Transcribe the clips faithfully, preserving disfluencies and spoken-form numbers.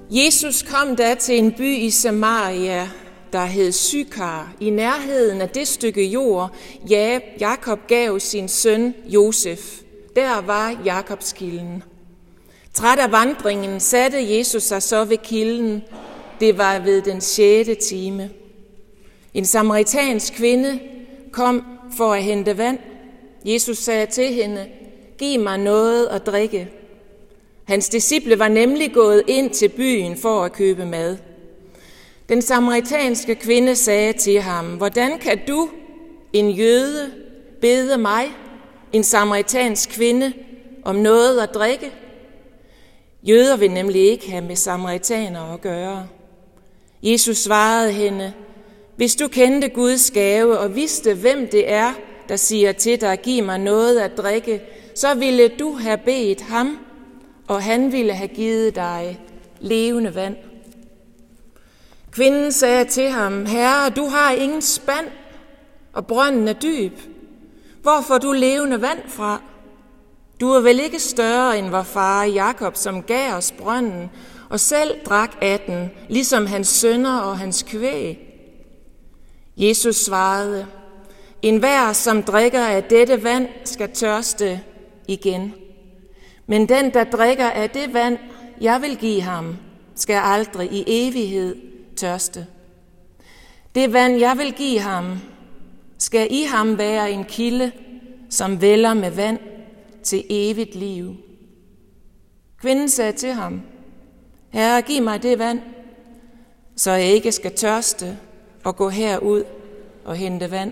Jesus kom da til en by i Samaria, der hed Sykar, i nærheden af det stykke jord, Jakob gav sin søn Josef. Der var Jakobskilden. Træt af vandringen satte Jesus sig så ved kilden. Det var ved den sjette time. En samaritansk kvinde kom for at hente vand. Jesus sagde til hende, giv mig noget at drikke. Hans disciple var nemlig gået ind til byen for at købe mad. Den samaritanske kvinde sagde til ham, hvordan kan du, en jøde, bede mig, en samaritansk kvinde, om noget at drikke? Jøder vil nemlig ikke have med samaritanere at gøre. Jesus svarede hende, hvis du kendte Guds gave og vidste, hvem det er, der siger til dig, giv mig noget at drikke, så ville du have bedt ham, og han ville have givet dig levende vand. Kvinden sagde til ham, Herre, du har ingen spand, og brønden er dyb. Hvor får du levende vand fra? Du er vel ikke større end vor far Jakob, som gav os brønden, og selv drak af den, ligesom hans sønner og hans kvæg. Jesus svarede, enhver, som drikker af dette vand, skal tørste igen. Men den, der drikker af det vand, jeg vil give ham, skal aldrig i evighed tørste. Det vand, jeg vil give ham, skal i ham være en kilde, som vælder med vand til evigt liv. Kvinden sagde til ham, Herre, giv mig det vand, så jeg ikke skal tørste og gå herud og hente vand.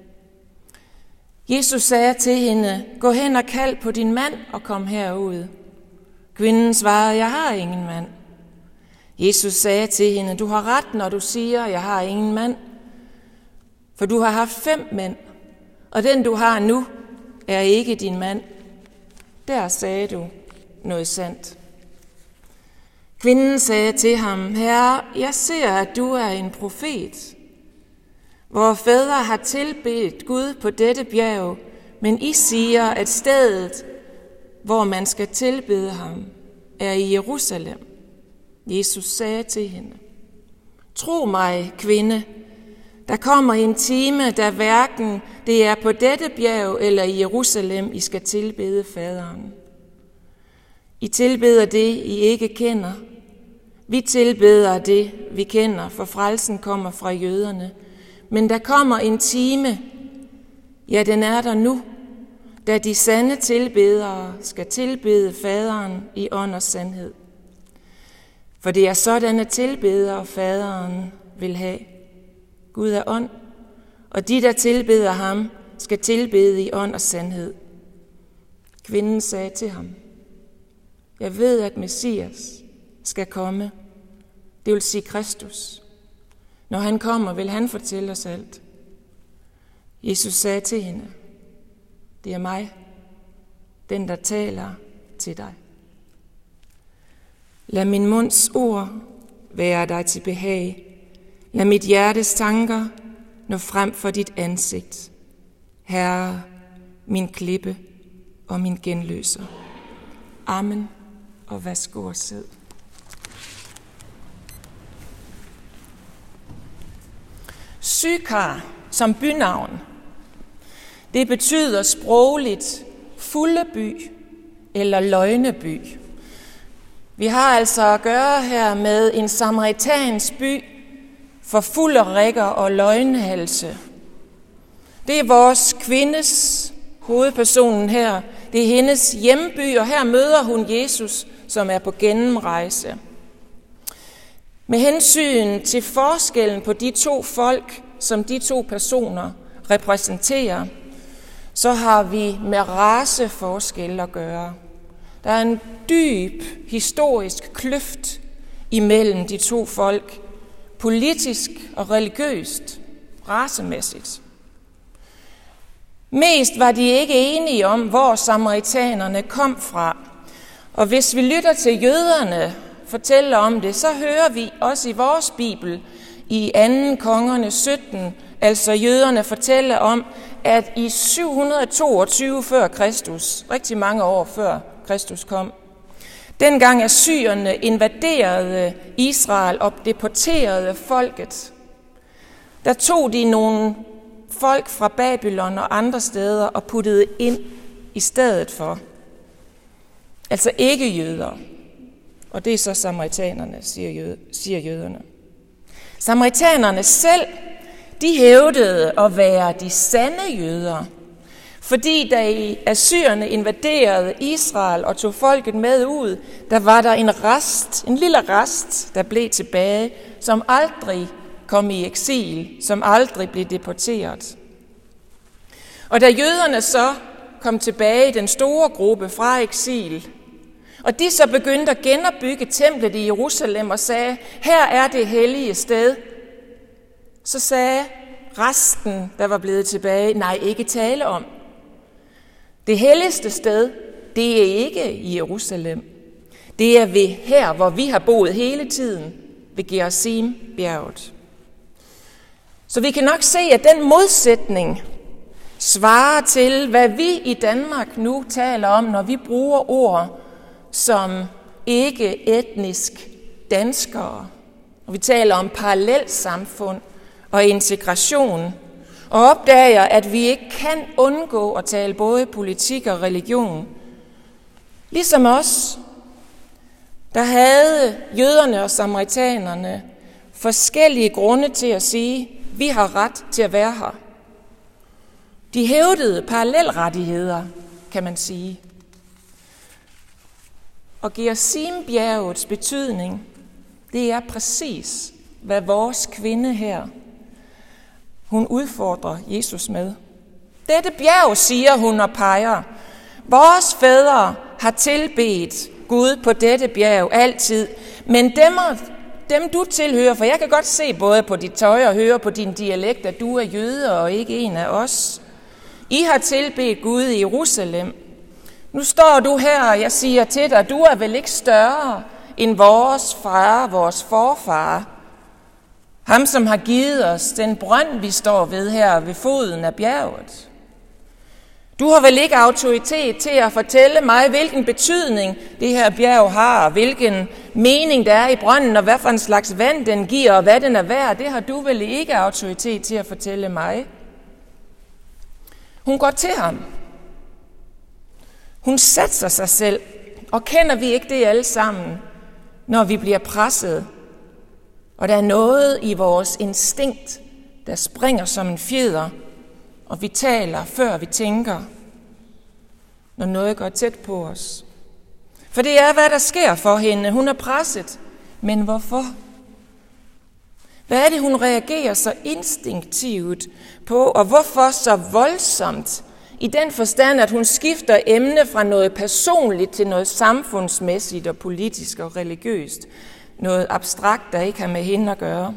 Jesus sagde til hende, gå hen og kald på din mand og kom herud. Kvinden svarede, jeg har ingen mand. Jesus sagde til hende, du har ret, når du siger, jeg har ingen mand. For du har haft fem mænd, og den du har nu, er ikke din mand. Der sagde du noget sandt. Kvinden sagde til ham, Herre, jeg ser, at du er en profet. Vore fædre har tilbedt Gud på dette bjerg, men I siger, at stedet, hvor man skal tilbede ham, er i Jerusalem. Jesus sagde til hende, tro mig, kvinde, der kommer en time, der hverken det er på dette bjerg eller i Jerusalem, I skal tilbede faderen. I tilbeder det, I ikke kender. Vi tilbeder det, vi kender, for frelsen kommer fra jøderne. Men der kommer en time, ja, den er der nu, da de sande tilbedere skal tilbede faderen i ånd og sandhed. For det er sådanne tilbedere, faderen vil have. Gud er ånd, og de, der tilbeder ham, skal tilbede i ånd og sandhed. Kvinden sagde til ham, jeg ved, at Messias skal komme, det vil sige Kristus. Når han kommer, vil han fortælle os alt. Jesus sagde til hende, det er mig, den der taler til dig. Lad min munds ord være dig til behag. Lad mit hjertes tanker nå frem for dit ansigt. Herre, min klippe og min genløser. Amen, og værsgo og sid. Sykar som bynavn, det betyder sprogligt fulde by eller løgneby. Vi har altså at gøre her med en samaritansk by for fulderikker og løgnhalse. Det er vores kvindes, hovedpersonen her, det er hendes hjemby, og her møder hun Jesus, som er på gennemrejse. Med hensyn til forskellen på de to folk, som de to personer repræsenterer, så har vi med raceforskel at gøre. Der er en dyb historisk kløft imellem de to folk, politisk og religiøst, racemæssigt. Mest var de ikke enige om, hvor samaritanerne kom fra. Og hvis vi lytter til jøderne fortælle om det, så hører vi også i vores bibel i anden Kongerne sytten, altså jøderne fortælle om, at i syv hundrede toogtyve før Kristus, rigtig mange år før Kristus kom, Dengang assyrerne invaderede Israel og deporterede folket, der tog de nogle folk fra Babylon og andre steder og puttede ind i stedet for. Altså ikke jøder. Og det er så samaritanerne, siger, jød, siger jøderne. Samaritanerne selv, de hævdede at være de sande jøder, fordi da assyrerne invaderede Israel og tog folket med ud, der var der en rest, en lille rest, der blev tilbage, som aldrig kom i eksil, som aldrig blev deporteret. Og da jøderne så kom tilbage i den store gruppe fra eksil, og de så begyndte at genopbygge templet i Jerusalem og sagde, her er det hellige sted, så sagde resten, der var blevet tilbage, nej, ikke tale om. Det helligste sted, det er ikke i Jerusalem. Det er ved her, hvor vi har boet hele tiden, ved Gerizim-bjerget. Så vi kan nok se, at den modsætning svarer til, hvad vi i Danmark nu taler om, når vi bruger ord som ikke etnisk danskere. Og vi taler om parallelsamfund og integration, og opdager, at vi ikke kan undgå at tale både politik og religion. Ligesom os, der havde jøderne og samaritanerne forskellige grunde til at sige, at vi har ret til at være her. De hævdede parallelrettigheder, kan man sige. Og Gerizim-bjergets betydning, det er præcis, hvad vores kvinde her, hun udfordrer Jesus med. Dette bjerg, siger hun og peger, vores fædre har tilbedt Gud på dette bjerg altid, men dem, dem du tilhører, for jeg kan godt se både på dit tøj og høre på din dialekt, at du er jøde og ikke en af os. I har tilbedt Gud i Jerusalem. Nu står du her, og jeg siger til dig, du er vel ikke større end vores far, vores forfar. Ham, som har givet os den brønd, vi står ved her ved foden af bjerget. Du har vel ikke autoritet til at fortælle mig, hvilken betydning det her bjerg har, hvilken mening der er i brønden, og hvad for en slags vand den giver, og hvad den er værd. Det har du vel ikke autoritet til at fortælle mig. Hun går til ham. Hun satser sig selv, og kender vi ikke det alle sammen, når vi bliver presset, og der er noget i vores instinkt, der springer som en fjeder, og vi taler, før vi tænker, når noget går tæt på os. For det er, hvad der sker for hende. Hun er presset. Men hvorfor? Hvad er det, hun reagerer så instinktivt på, og hvorfor så voldsomt? I den forstand, at hun skifter emne fra noget personligt til noget samfundsmæssigt og politisk og religiøst. Noget abstrakt, der ikke har med hende at gøre.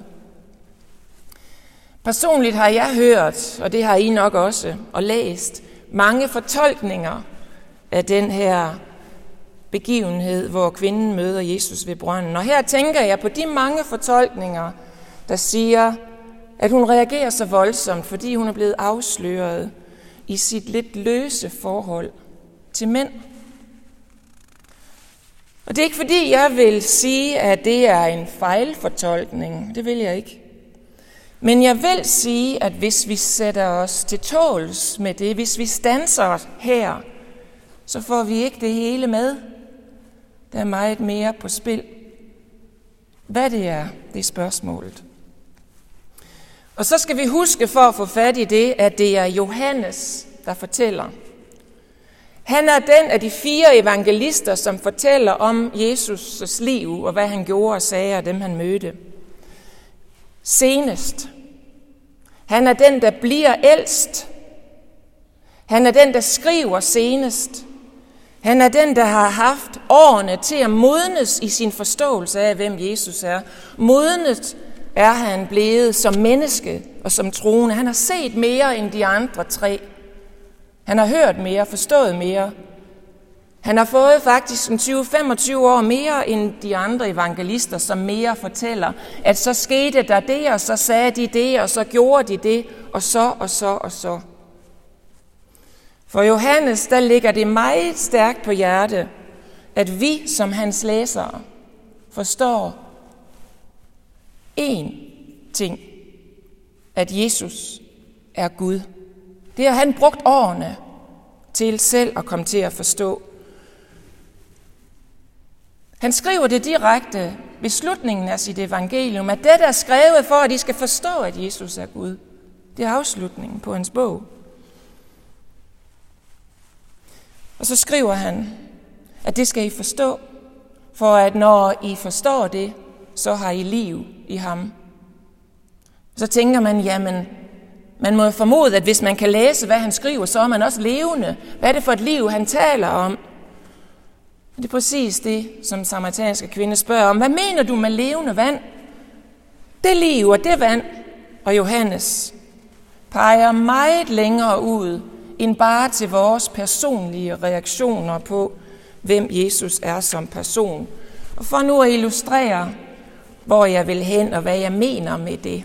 Personligt har jeg hørt, og det har I nok også, og læst, mange fortolkninger af den her begivenhed, hvor kvinden møder Jesus ved brønden. Og her tænker jeg på de mange fortolkninger, der siger, at hun reagerer så voldsomt, fordi hun er blevet afsløret i sit lidt løse forhold til mænd. Og det er ikke fordi, jeg vil sige, at det er en fejlfortolkning. Det vil jeg ikke. Men jeg vil sige, at hvis vi sætter os til tåls med det, hvis vi standser her, så får vi ikke det hele med. Der er meget mere på spil. Hvad det er, det er spørgsmålet. Og så skal vi huske for at få fat i det, at det er Johannes, der fortæller. Han er den af de fire evangelister, som fortæller om Jesus' liv og hvad han gjorde og sagde og dem han mødte. Senest. Han er den, der bliver ældst. Han er den, der skriver senest. Han er den, der har haft årene til at modnes i sin forståelse af, hvem Jesus er. Modnet er han blevet som menneske og som troende. Han har set mere end de andre tre. Han har hørt mere, forstået mere. Han har fået faktisk en tyve til femogtyve år mere end de andre evangelister, som mere fortæller, at så skete der det, og så sagde de det, og så gjorde de det, og så og så og så. For Johannes, der ligger det meget stærkt på hjerte, at vi som hans læsere forstår én ting, at Jesus er Gud. Det har han brugt årene til selv at komme til at forstå. Han skriver det direkte ved slutningen af sit evangelium, at det er skrevet for, at I skal forstå, at Jesus er Gud. Det er afslutningen på hans bog. Og så skriver han, at det skal I forstå, for at når I forstår det, så har I liv i ham. Så tænker man, jamen, man må formode, at hvis man kan læse, hvad han skriver, så er man også levende. Hvad er det for et liv, han taler om? Det er præcis det, som samaritanske kvinde spørger om. Hvad mener du med levende vand? Det liv og det vand, og Johannes peger meget længere ud, end bare til vores personlige reaktioner på, hvem Jesus er som person. Og for nu at illustrere, hvor jeg vil hen, og hvad jeg mener med det.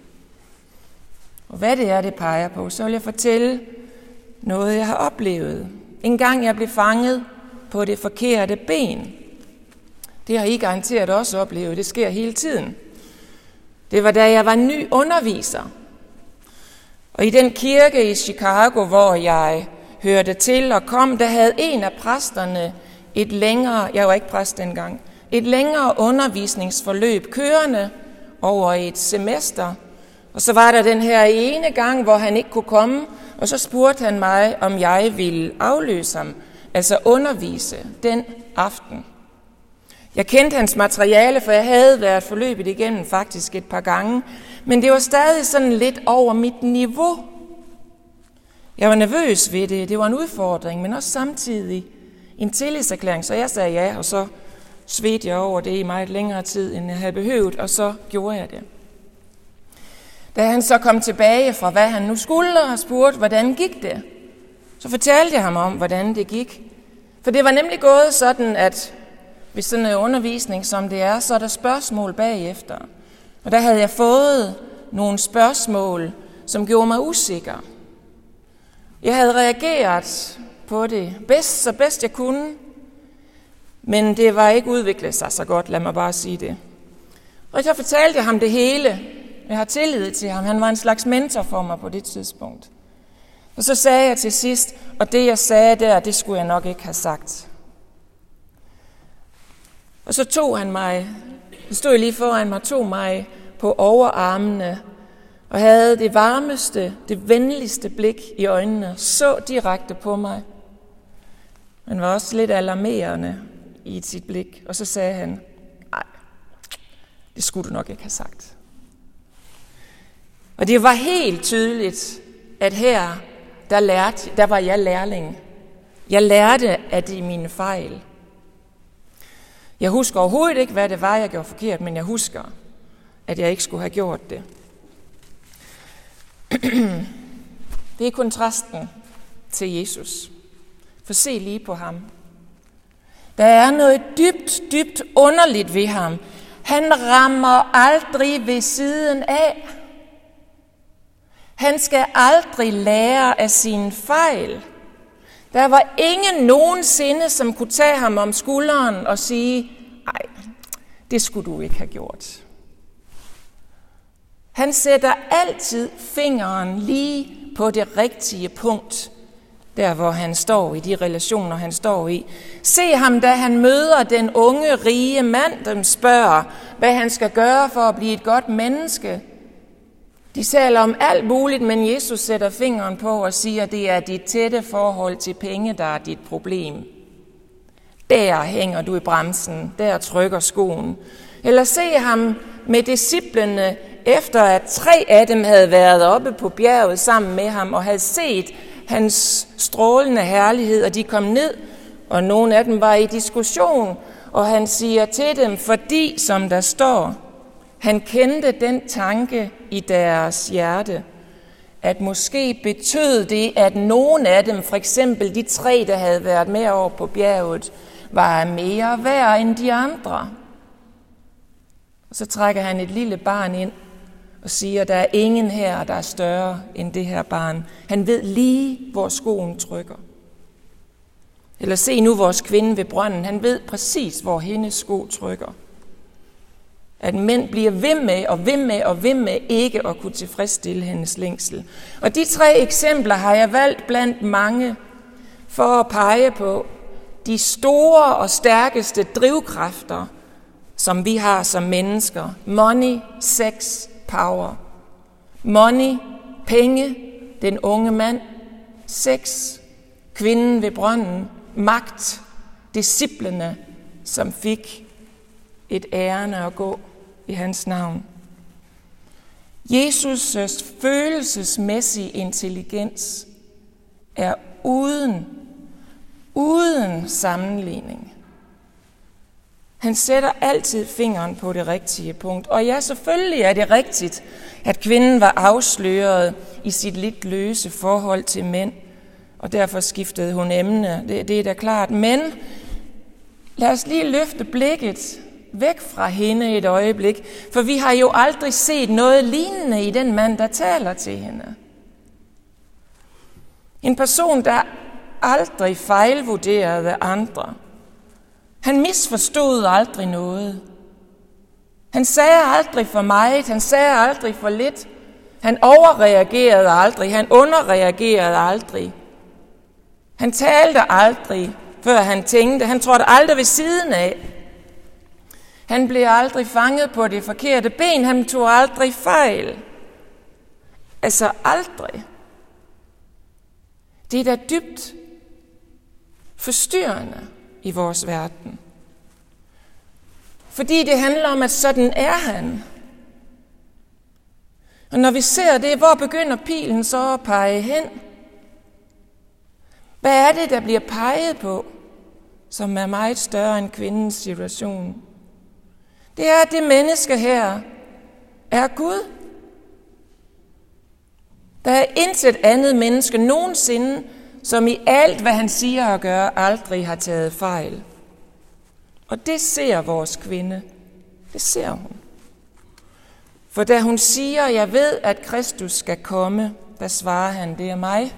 Og hvad det er, det peger på, så vil jeg fortælle noget, jeg har oplevet. En gang jeg blev fanget på det forkerte ben. Det har I garanteret også oplevet, det sker hele tiden. Det var da jeg var ny underviser. Og i den kirke i Chicago, hvor jeg hørte til og kom, der havde en af præsterne et længere, jeg var ikke præst dengang, et længere undervisningsforløb kørende over et semester. Og så var der den her ene gang, hvor han ikke kunne komme, og så spurgte han mig, om jeg ville afløse ham, altså undervise den aften. Jeg kendte hans materiale, for jeg havde været forløbet igennem faktisk et par gange, men det var stadig sådan lidt over mit niveau. Jeg var nervøs ved det, det var en udfordring, men også samtidig en tillidserklæring, så jeg sagde ja, og så svedte jeg over det i meget længere tid, end jeg havde behøvet, og så gjorde jeg det. Da han så kom tilbage fra, hvad han nu skulle, og spurgte, hvordan gik det, så fortalte jeg ham om, hvordan det gik. For det var nemlig gået sådan, at ved sådan en undervisning, som det er, så er der spørgsmål bagefter. Og der havde jeg fået nogle spørgsmål, som gjorde mig usikker. Jeg havde reageret på det bedst, så bedst jeg kunne, men det var ikke udviklet sig så godt, lad mig bare sige det. Og så fortalte jeg ham det hele. Jeg har tillid til ham. Han var en slags mentor for mig på det tidspunkt. Og så sagde jeg til sidst, og det jeg sagde der, det skulle jeg nok ikke have sagt. Og så tog han mig, han stod lige foran mig, tog mig på overarmene og havde det varmeste, det venligste blik i øjnene, så direkte på mig. Han var også lidt alarmerende i sit blik, og så sagde han, nej, det skulle du nok ikke have sagt. Og det var helt tydeligt, at her, der, lærte, der var jeg lærling. Jeg lærte af de mine fejl. Jeg husker overhovedet ikke, hvad det var, jeg gjorde forkert, men jeg husker, at jeg ikke skulle have gjort det. Det er kontrasten til Jesus. For se lige på ham. Der er noget dybt, dybt underligt ved ham. Han rammer aldrig ved siden af. Han skal aldrig lære af sine fejl. Der var ingen nogensinde, som kunne tage ham om skulderen og sige, nej, det skulle du ikke have gjort. Han sætter altid fingeren lige på det rigtige punkt, der hvor han står i de relationer, han står i. Se ham, da han møder den unge, rige mand, der spørger, hvad han skal gøre for at blive et godt menneske. De taler om alt muligt, men Jesus sætter fingeren på og siger, at det er dit tætte forhold til penge, der er dit problem. Der hænger du i bremsen, der trykker skoen. Eller se ham med disciplene, efter at tre af dem havde været oppe på bjerget sammen med ham og havde set hans strålende herlighed, og de kom ned, og nogle af dem var i diskussion, og han siger til dem, fordi, som der står, han kendte den tanke i deres hjerte, at måske betød det, at nogen af dem, for eksempel de tre, der havde været med over på bjerget, var mere værd end de andre. Og så trækker han et lille barn ind og siger, at der er ingen her, der er større end det her barn. Han ved lige, hvor skoen trykker. Eller se nu vores kvinde ved brønden. Han ved præcis, hvor hendes sko trykker. At mænd bliver ved med og ved med og ved med ikke at kunne tilfredsstille hendes længsel. Og de tre eksempler har jeg valgt blandt mange for at pege på de store og stærkeste drivkræfter, som vi har som mennesker. Money, sex, power. Money, penge, den unge mand. Sex, kvinden ved brønden. Magt, disciplene, som fik et ærende at gå i hans navn. Jesus' følelsesmæssige intelligens er uden, uden sammenligning. Han sætter altid fingeren på det rigtige punkt. Og ja, selvfølgelig er det rigtigt, at kvinden var afsløret i sit lidt løse forhold til mænd, og derfor skiftede hun emne. Det, det er da klart. Men lad os lige løfte blikket væk fra hende et øjeblik, for vi har jo aldrig set noget lignende i den mand, der taler til hende. En person, der aldrig fejlvurderede andre. Han misforstod aldrig noget. Han sagde aldrig for meget, han sagde aldrig for lidt. Han overreagerede aldrig, han underreagerede aldrig. Han talte aldrig, før han tænkte. Han trådte aldrig ved siden af. Han blev aldrig fanget på det forkerte ben. Han tog aldrig fejl. Altså aldrig. Det er da dybt forstyrrende i vores verden. Fordi det handler om, at sådan er han. Og når vi ser det, hvor begynder pilen så at pege hen? Hvad er det, der bliver peget på, som er meget større end kvindens situation? Det er, at det menneske her er Gud. Der er intet andet menneske nogensinde, som i alt, hvad han siger og gør, aldrig har taget fejl. Og det ser vores kvinde. Det ser hun. For da hun siger, jeg ved, at Kristus skal komme, der svarer han, det er mig.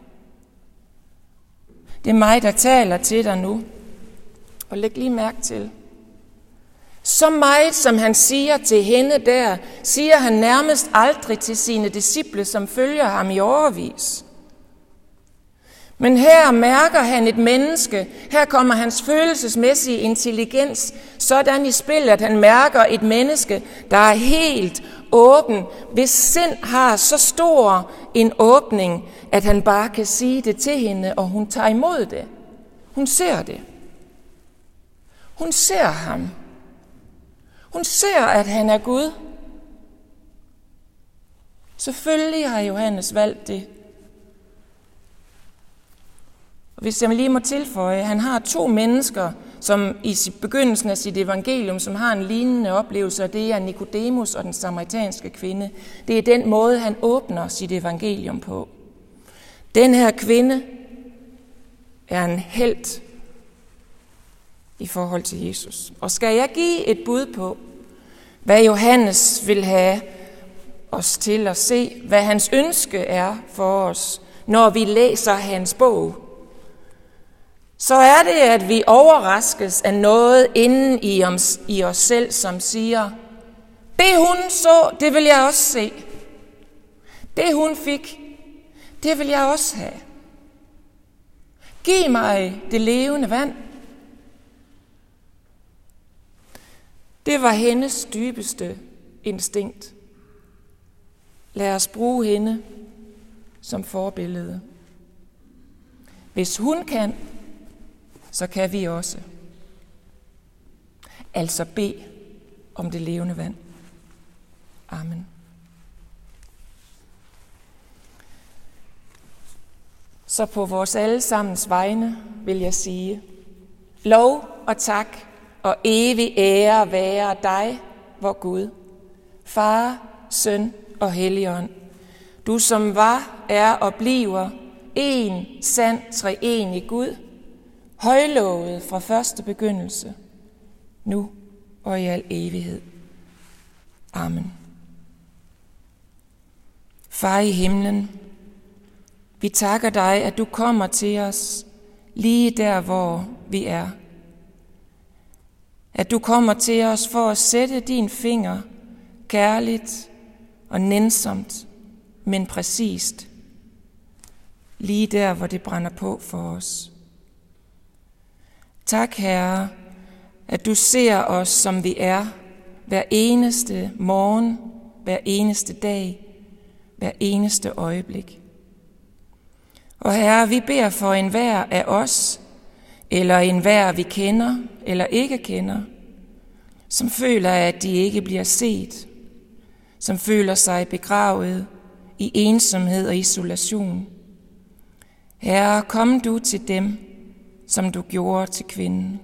Det er mig, der taler til dig nu. Og læg lige mærke til. Så meget, som han siger til hende der, siger han nærmest aldrig til sine disciple, som følger ham i årevis. Men her mærker han et menneske. Her kommer hans følelsesmæssige intelligens sådan i spil, at han mærker et menneske, der er helt åben, hvis sind har så stor en åbning, at han bare kan sige det til hende, og hun tager imod det. Hun ser det. Hun ser ham. Hun ser, at han er Gud. Selvfølgelig har Johannes valgt det. Og hvis jeg lige må tilføje, han har to mennesker, som i begyndelsen af sit evangelium, som har en lignende oplevelse, og det er Nikodemus og den samaritanske kvinde. Det er den måde, han åbner sit evangelium på. Den her kvinde er en helt i forhold til Jesus. Og skal jeg give et bud på, hvad Johannes vil have os til at se, hvad hans ønske er for os, når vi læser hans bog, så er det, at vi overraskes af noget inden i os, i os selv, som siger, det hun så, det vil jeg også se. Det hun fik, det vil jeg også have. Giv mig det levende vand. Det var hendes dybeste instinkt. Lad os bruge hende som forbillede. Hvis hun kan, så kan vi også. Altså bed om det levende vand. Amen. Så på vores allesammens vegne vil jeg sige, lov og tak og evig ære være dig, vor Gud, Far, Søn og Helligånd. Du som var, er og bliver en sand treenig Gud, højlovet fra første begyndelse, nu og i al evighed. Amen. Far i himlen, vi takker dig, at du kommer til os lige der, hvor vi er. At du kommer til os for at sætte din finger kærligt og nænsomt, men præcist, lige der, hvor det brænder på for os. Tak, Herre, at du ser os, som vi er, hver eneste morgen, hver eneste dag, hver eneste øjeblik. Og Herre, vi beder for enhver af os, eller enhver vi kender eller ikke kender, som føler, at de ikke bliver set, som føler sig begravet i ensomhed og isolation. Herre, kom du til dem, som du gjorde til kvinden.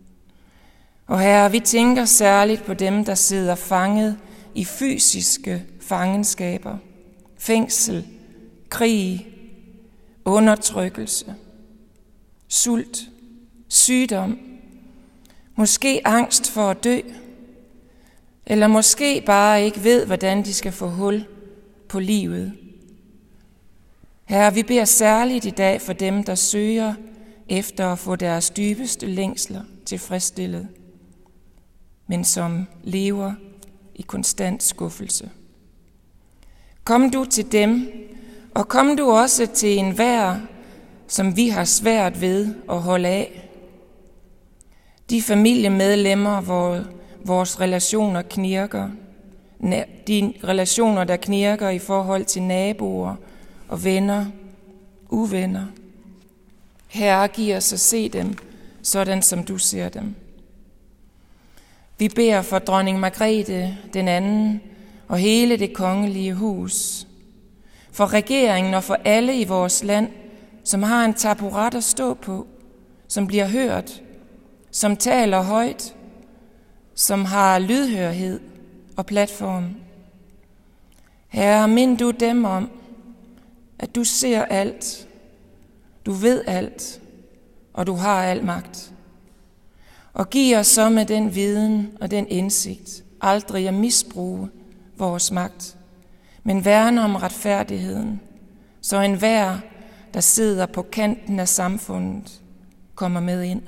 Og Herre, vi tænker særligt på dem, der sidder fanget i fysiske fangenskaber, fængsel, krig, undertrykkelse, sult, sygdom, måske angst for at dø, eller måske bare ikke ved, hvordan de skal få hul på livet. Herre, vi beder særligt i dag for dem, der søger efter at få deres dybeste længsler tilfredsstillet, men som lever i konstant skuffelse. Kom du til dem, og kom du også til enhver, som vi har svært ved at holde af. De familiemedlemmer, hvor vores relationer knirker, de relationer, der knirker i forhold til naboer og venner, uvenner. Herre, giv os at se dem, sådan som du ser dem. Vi beder for dronning Margrethe den anden og hele det kongelige hus, for regeringen og for alle i vores land, som har en taburet at stå på, som bliver hørt, som taler højt, som har lydhørhed og platform. Herre, mind du dem om, at du ser alt, du ved alt, og du har al magt. Og giv os så med den viden og den indsigt aldrig at misbruge vores magt, men værne om retfærdigheden, så enhver, der sidder på kanten af samfundet, kommer med ind.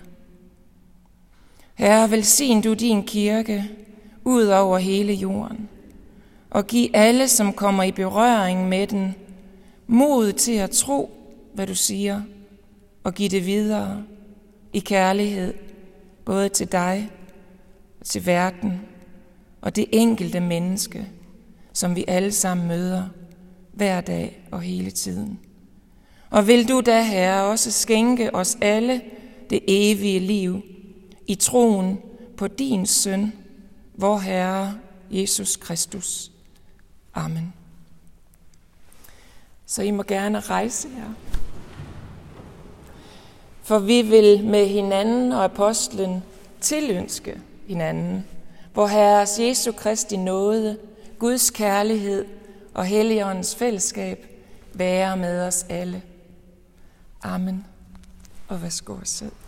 Herre, velsign du din kirke ud over hele jorden, og giv alle, som kommer i berøring med den, mod til at tro, hvad du siger, og give det videre i kærlighed, både til dig og til verden og det enkelte menneske, som vi alle sammen møder hver dag og hele tiden. Og vil du da, Herre, også skænke os alle det evige liv i troen på din søn, vor Herre Jesus Kristus. Amen. Så I må gerne rejse jer. For vi vil med hinanden og apostlen tilønske hinanden, hvor Herres Jesu Kristi nåde, Guds kærlighed og Helligåndens fællesskab være med os alle. Amen. Og værsgo og sid.